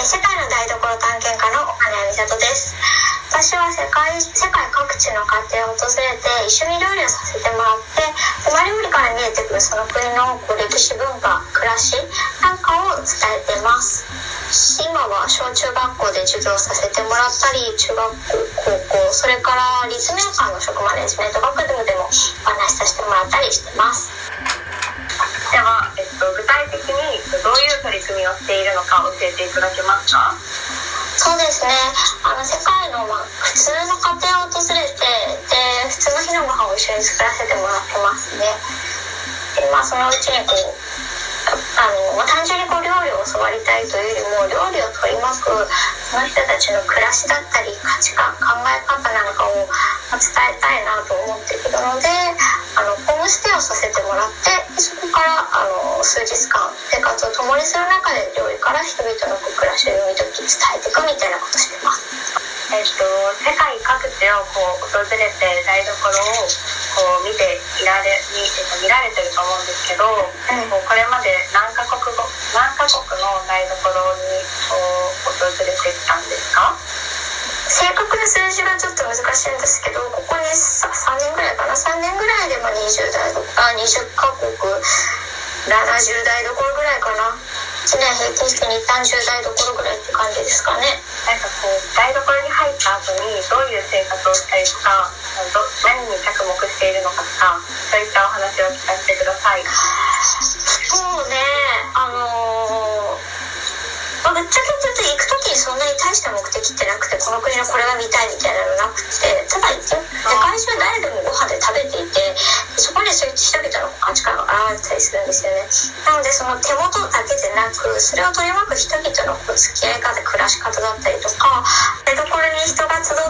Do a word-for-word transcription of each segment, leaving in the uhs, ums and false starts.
世界の台所探検家の金谷美里です。私は世界、世界各地の家庭を訪れて一緒に料理をさせてもらって、手間料理から見えてくるその国のこう歴史文化、暮らしなんかを伝えています。今は小中学校で授業させてもらったり、中学校、高校、それから立命館の食マネジメント学部でもお話しさせてもらったりしてます。 では、えっと、具体的にどういう取り組みをしているのか教えていただけますか？ そうですね、あの世界の、まあ、普通の家庭を訪れて、で普通の日のご飯を一緒に作らせてもらってますね。で、まあ、そのうちにこうあの、まあ、単純にこう料理を教わりたいというよりも、料理を取り巻くその人たちの暮らしだったり価値観、考え方なんかを伝えたいなと思っているので、あのホームステイをさせてもらって、そこからあの数日間生活を共にする中で、料理から人々の暮らしを読み解き伝えていくみたいなことをしてます。 えっと、世界各地をこう訪れて台所をこう見ていられ 見, 見られてると思うんですけど、うん、これまで何カ国語何カ国の台所にこう訪れてきたんですか？ 正確な数字はちょっと難しいんですけど、ここにさんねんぐらいかな、さんねんぐらいでもにじゅうだいあにじゅっかこくななじゅうだいどころぐらいかな。いちねん平均してに単じゅうだいどころぐらいって感じですかね。 なんかこう台所に入った後にどういう生活をしたりとか、ど何に着目しているのかとか、そういったお話を聞かせてください。 そうね、あのーまあ、ぶっちゃけ言うと行く時にそんなに大した目的ってなくて、この国のこれが見たいみたいなのなくて、ただ世界中誰でもご飯で食べていて、そこにそういった人々の価値観が現れたりするんですよね。なのでその手元だけでなく、それを取り巻く人々のこう付き合い方、暮らし方だったりとか、台所に人が集って、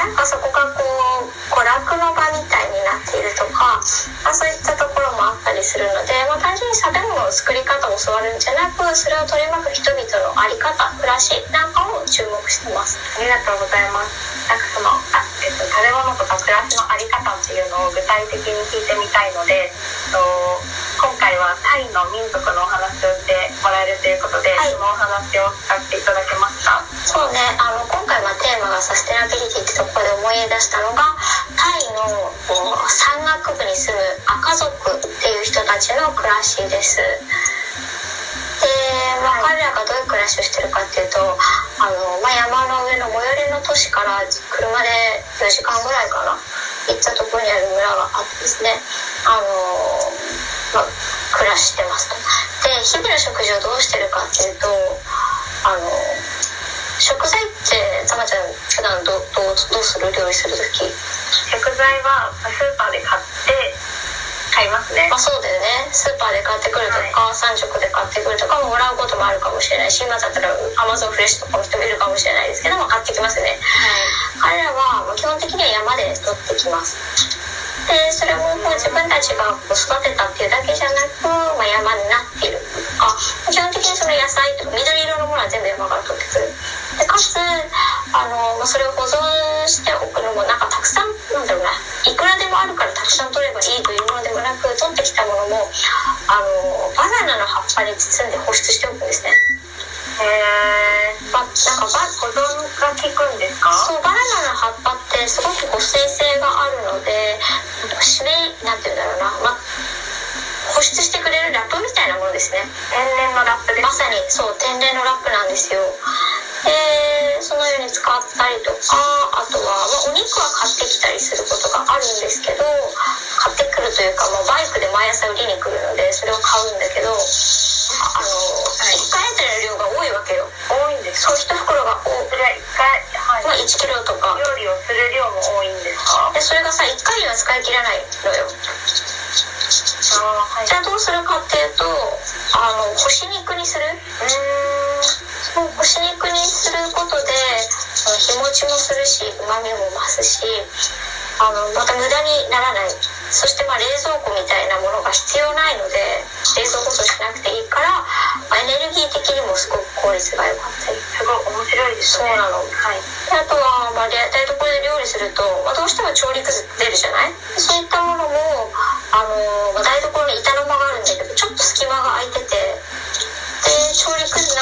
なんかそこがこう娯楽の場みたいになっているとか、まあ、そういったところもあったりするので、まあ、単純に食べ物の作り方を教わるんじゃなく、それを取り巻く人々のあり方、暮らしなんかを注目してます。 ありがとうございます。なんかそのあ、えっと、食べ物とか暮らしのあり方っていうのを具体的に聞いてみたいので、えっと、今回はタイの民族のお話をしてもらえるということで、はい、そのお話を聞かせていただけますか？ そうね、あの今回はテーマがサステナビリティってところで思い出したのが、タイの山岳部に住むアカ族っていう人たちの暮らしです。で、まあ、彼らがどういう暮らしをしてるかっていうと、あの、まあ、山の上の最寄りの都市から車でよじかんぐらいかな行ったところにある村があってですね、あの、まあ、暮らしてますと。で、日々の食事をどうしてるかっていうと、あの食材ってたまちゃん普段ど ど, うどうする？料理するとき。 食材はスーパーで買って買いますね。 まあ、そうだよね。スーパーで買ってくるとか、はい、産直で買ってくるとかももらうこともあるかもしれないし、今だったらアマゾンフレッシュとかも人もいるかもしれないですけども、買ってきますね。はい、彼らは基本的には山で取ってきます。で、それもこう自分たちがこう育てたっていうだけじゃなく、まあ、山になっているとか、基本的にその野菜とか緑色のものは全部山から取ってくる。でかつあの、まあ、それを保存しておくのもなんかたくさんなんだろうな、いくらでもあるからたくさん取ればいいというものでもなく、取ってきたものもあのバナナの葉っぱに包んで保湿しておくんですね。 へー、ま、なんか保存が効くんですか？ そう、バナナの葉っぱってすごく保水性があるので、湿りなんていうんだろうな、ま、保湿してくれるラップみたいなものですね。 天然のラップですね。 まさにそう、天然のラップなんですよ。で、そのように使ったりとか、あとは、まあ、お肉は買ってきたりすることがあるんですけど、買ってくるというか、まあ、バイクで毎朝売りに来るのでそれを買うんだけど、あの、はい、いっかいあたりの量が多いわけよ。 多いんですか？ そう、いち袋が多い。 それはいっかい、はい、 まあ、いちキロとか。 料理をする量も多いんですか？ で、それがさ、いっかいには使い切らないのよ。 あ、はい、 じゃあどうするかっていうと、あの干し肉にする。うーん、そう、干し肉にすることで日持ちもするし、うまみも増すし、あのまた無駄にならない。そしてまあ冷蔵庫みたいなものが必要ないので、冷蔵保存しなくていいから、まあ、エネルギー的にもすごく効率が良かったり。 すごい面白いですね。 そうなの。はい。で、あとは、まあ、台所で料理すると、まあ、どうしても調理くず出るじゃない？そういったものも、あの、まあ、台所に板の間があるんだけど、ちょっと隙間が空いてて、で、調理くずなんかをこ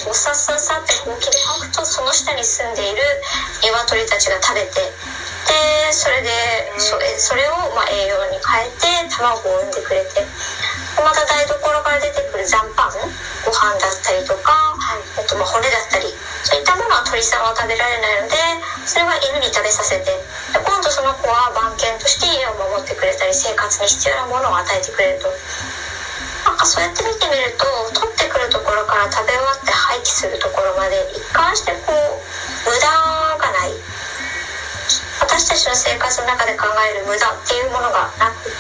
こうさっさっさってほうきで吐くと、その下に住んでいる鶏たちが食べて、でそれで そ, それをまあ栄養に変えて卵を産んでくれて、また台所から出てくる残飯、ご飯だったりとか、えっと、まあ骨だったり、そういったものは鳥さんは食べられないので、それは犬に食べさせて、で今度その子は番犬として家を守ってくれたり、生活に必要なものを与えてくれると。なんかそうやって見てみると、取ってくるところから食べ終わって廃棄するところまで一貫してこう無駄がない、私たちの生活の中で考える無駄っていうものがなくって、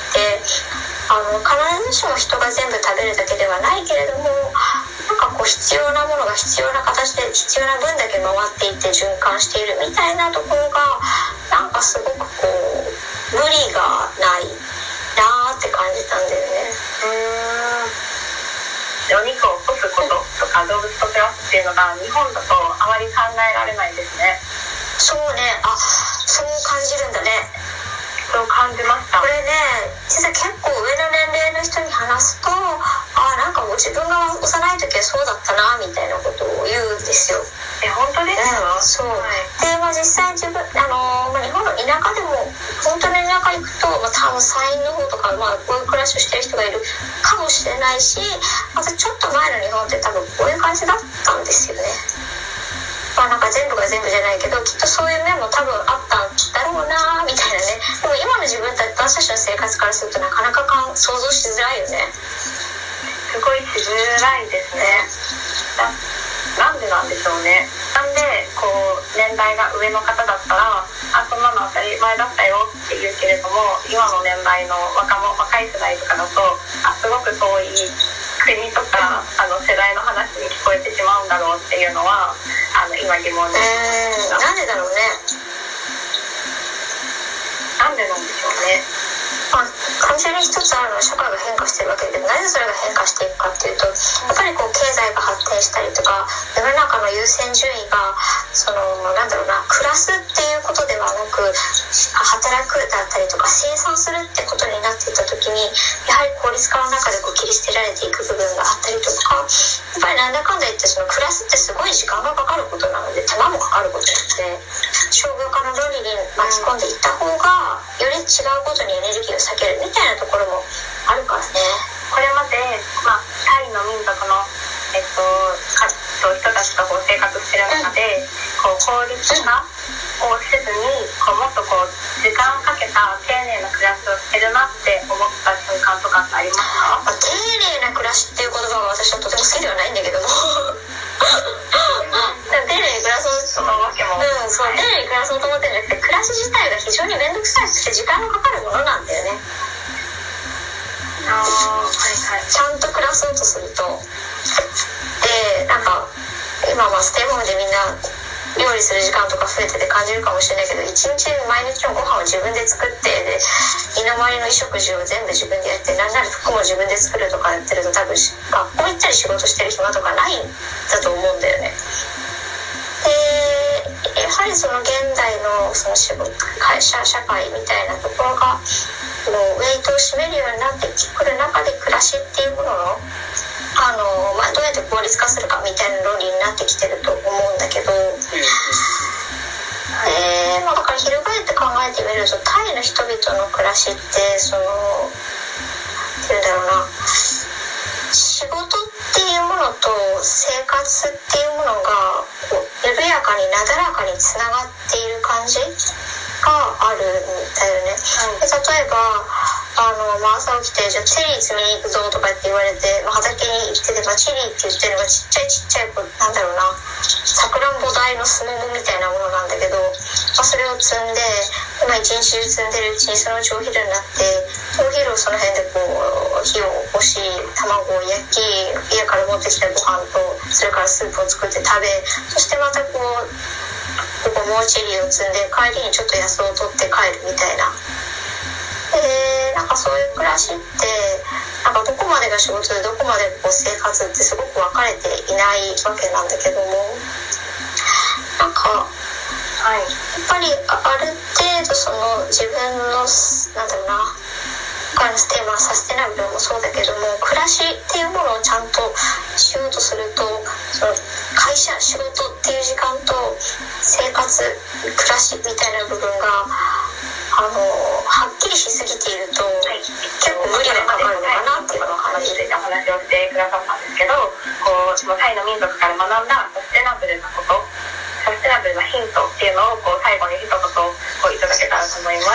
あの必ずしも人が全部食べるだけではないけれども、なんかこう必要なものが必要な形で必要な分だけ回っていって循環しているみたいなところが、なんかすごくこう無理がないなーって感じたんだよね。 うーん、お肉を干すこととか動物と暮らすっていうのが日本だとあまり考えられないですね。 そうね、あ、そう感じるんだね。 そう感じました。 これね、実は結構上の年齢の人に話すと、あ、なんかもう自分が幼い時はそうだったなみたいなことを言うんですよ。 え、本当ですか？ うん、そう、 はい、 で、まあ、実際自分、あのーまあ、日本の田舎でも本当に田舎行くと、まあ、多分山陰の方とか、まあ、こういう暮らしをしてる人がいるかもしれないし、またちょっと前の日本って多分こういう感じだったんですよね。まあ、なんか全部が全部じゃないけど、きっとそういう面も多分あったんだろうなみたいなね。でも今の自分たち、私たちの生活からするとなかなかかん想像しづらいよね。 すごいしづらいですね。な, なんでなんでしょうね。なんでこう年代が上の方だったら、あ、そんなの当たり前だったよって言うけれども、今の年代の若者、若い世代とかだと、あ、すごく遠い国とかあの世代の話に聞こえてしまうんだろうっていうのは、あの今疑問に。 うーん、なんでだろうね。 なんでなんでしょうね。 まあ、完全に一つあるのは社会が変化してるわけで、なぜそれが変化していくかっていうと、やっぱりこう経済が発展したりとか、世の中の優先順位がそのなんだろうな、暮らすっていうことではなく働くだったりとか生産するってことになっていった時に、やはり効率化の中でこう切り捨てられていく部分があったりとか、やっぱりなんだかんだ言ってその暮らすってすごい時間がかかることなので、手間もかかることなので、商業化の論理に巻き込んでいった方がより違うことにエネルギーを避けるみたいなところもあるからね。 これまで、まあ、タイの民族の、えっと、かと人たちとこう生活してる中で、こう効率化をせずにこうもっとこう時間をかけた丁寧な暮らしをしてるなって思った瞬間とかってありますか？ まあ、丁寧な暮らしっていう言葉が私はとても好きではないんだけども丁寧に暮らそうそのわけも、 うん、そう、丁寧に暮らそうと思ってるんじゃなくて、暮らし自体が非常に面倒くさい、そして時間のかかるものなんだよね。 あ、はいはい、 ちゃんと暮らそうとすると、で、なんか今はステイホームでみんな料理する時間とか増えてて感じるかもしれないけど、一日毎日のご飯を自分で作って、で身の回りの衣食住を全部自分でやって、なんなら服も自分で作るとかやってると、多分学校行ったり仕事してる暇とかないんだと思うんだよね。で、やはりその現代のその仕事、会社社会みたいなところがもうウェイトを占めるようになってくる中で、暮らしっていうもののあの、まあ、どうやって効率化するかみたいな論理になってきてると思うんだけど、えーまあ、だから翻って考えてみると、タイの人々の暮らしってそのっていうんだろうな、仕事っていうものと生活っていうものがこう緩やかになだらかにつながっている感じがあるんだよね。で例えばあの、まあ、朝起きてじゃあチェリー摘みに行くぞとかって言われて、まあ、畑に行ってて、まあ、チェリーって言ってるのがちっちゃいちっちゃい子なんだろうな、さくらんぼ大のすももみたいなものなんだけど、まあ、それを摘んで、まあ、一日中摘んでるうちにそのうちお昼になって、お昼をその辺でこう火を起こし、卵を焼き、家から持ってきたご飯とそれからスープを作って食べ、そしてまたこうここもうチェリーを摘んで帰りにちょっと野草を取って帰るみたいな。でなんかそういう暮らしってなんかどこまでが仕事でどこまでこう生活ってすごく分かれていないわけなんだけども、なんか、はい、やっぱりある程度その自分のなんだろうな、今回のテーマはサステナブルもそうだけども、暮らしっていうものをちゃんとしようとすると、その会社仕事っていう時間と生活暮らしみたいな部分があのはっきりしすぎていると、はい、結構無理がかかるのかなっていうのを話してお話をしてくださったんですけど、こうそのタイの民族から学んだサステナブルなこと、サステナブルなヒントっていうのをこう最後に一言こういただけたらと思います。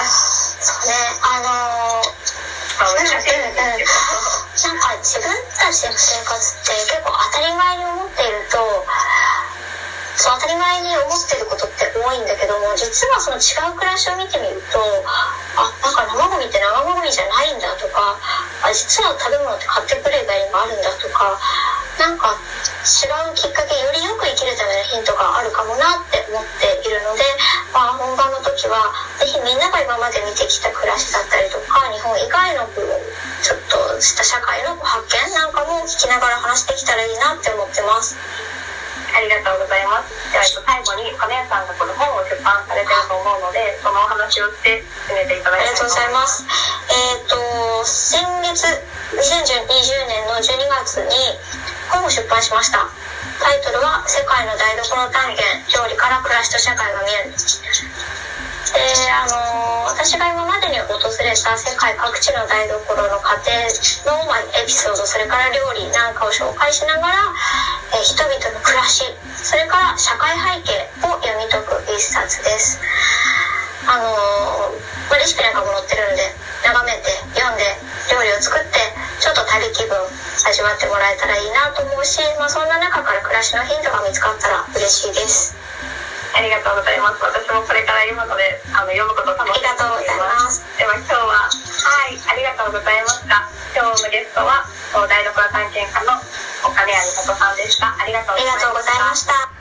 そうね、あのー、難しいんですけど、なんか自分たちの生活って結構当たり前に思っていると、そう当たり前に思ってることって多いんだけども、実はその違う暮らしを見てみると、あ、なんか生ゴミって生ゴミじゃないんだとか、あ、実は食べ物って買ってくればいいのがあるんだとか、なんか違うきっかけ、よりよく生きるためのヒントがあるかもなって思っているので、まあ、本番の時はぜひみんなが今まで見てきた暮らしだったりとか、日本以外のちょっとした社会の発見なんかも聞きながら話してきたらいいなって思ってます。 ありがとうございます。では最後に金谷さんがこの本を出版されていると思うので、そのお話をして進めていただきたいと思います。 ありがとうございます。えっ、ー、と先月にせんにじゅうねんのじゅうにがつに本を出版しました。タイトルは世界の台所探検、料理から暮らしと社会が見える。で、あのー、私が今までに訪れた世界各地の台所の家庭の、まあ、エピソード、それから料理なんかを紹介しながら、えー、人々の暮らし、それから社会背景を読み解く一冊です。あのーまあ、レシピなんかも載ってるんで、眺めて読んで料理を作ってちょっと旅気分味わってもらえたらいいなと思うし、まあ、そんな中から暮らしのヒントが見つかったら嬉しいです。 ありがとうございます。私もこれから読むので、あの読むことを楽しみにしています。では今日は、はい、ありがとうございました。今日のゲストは台所探検家の金谷美里さんでした。ありがとうございました。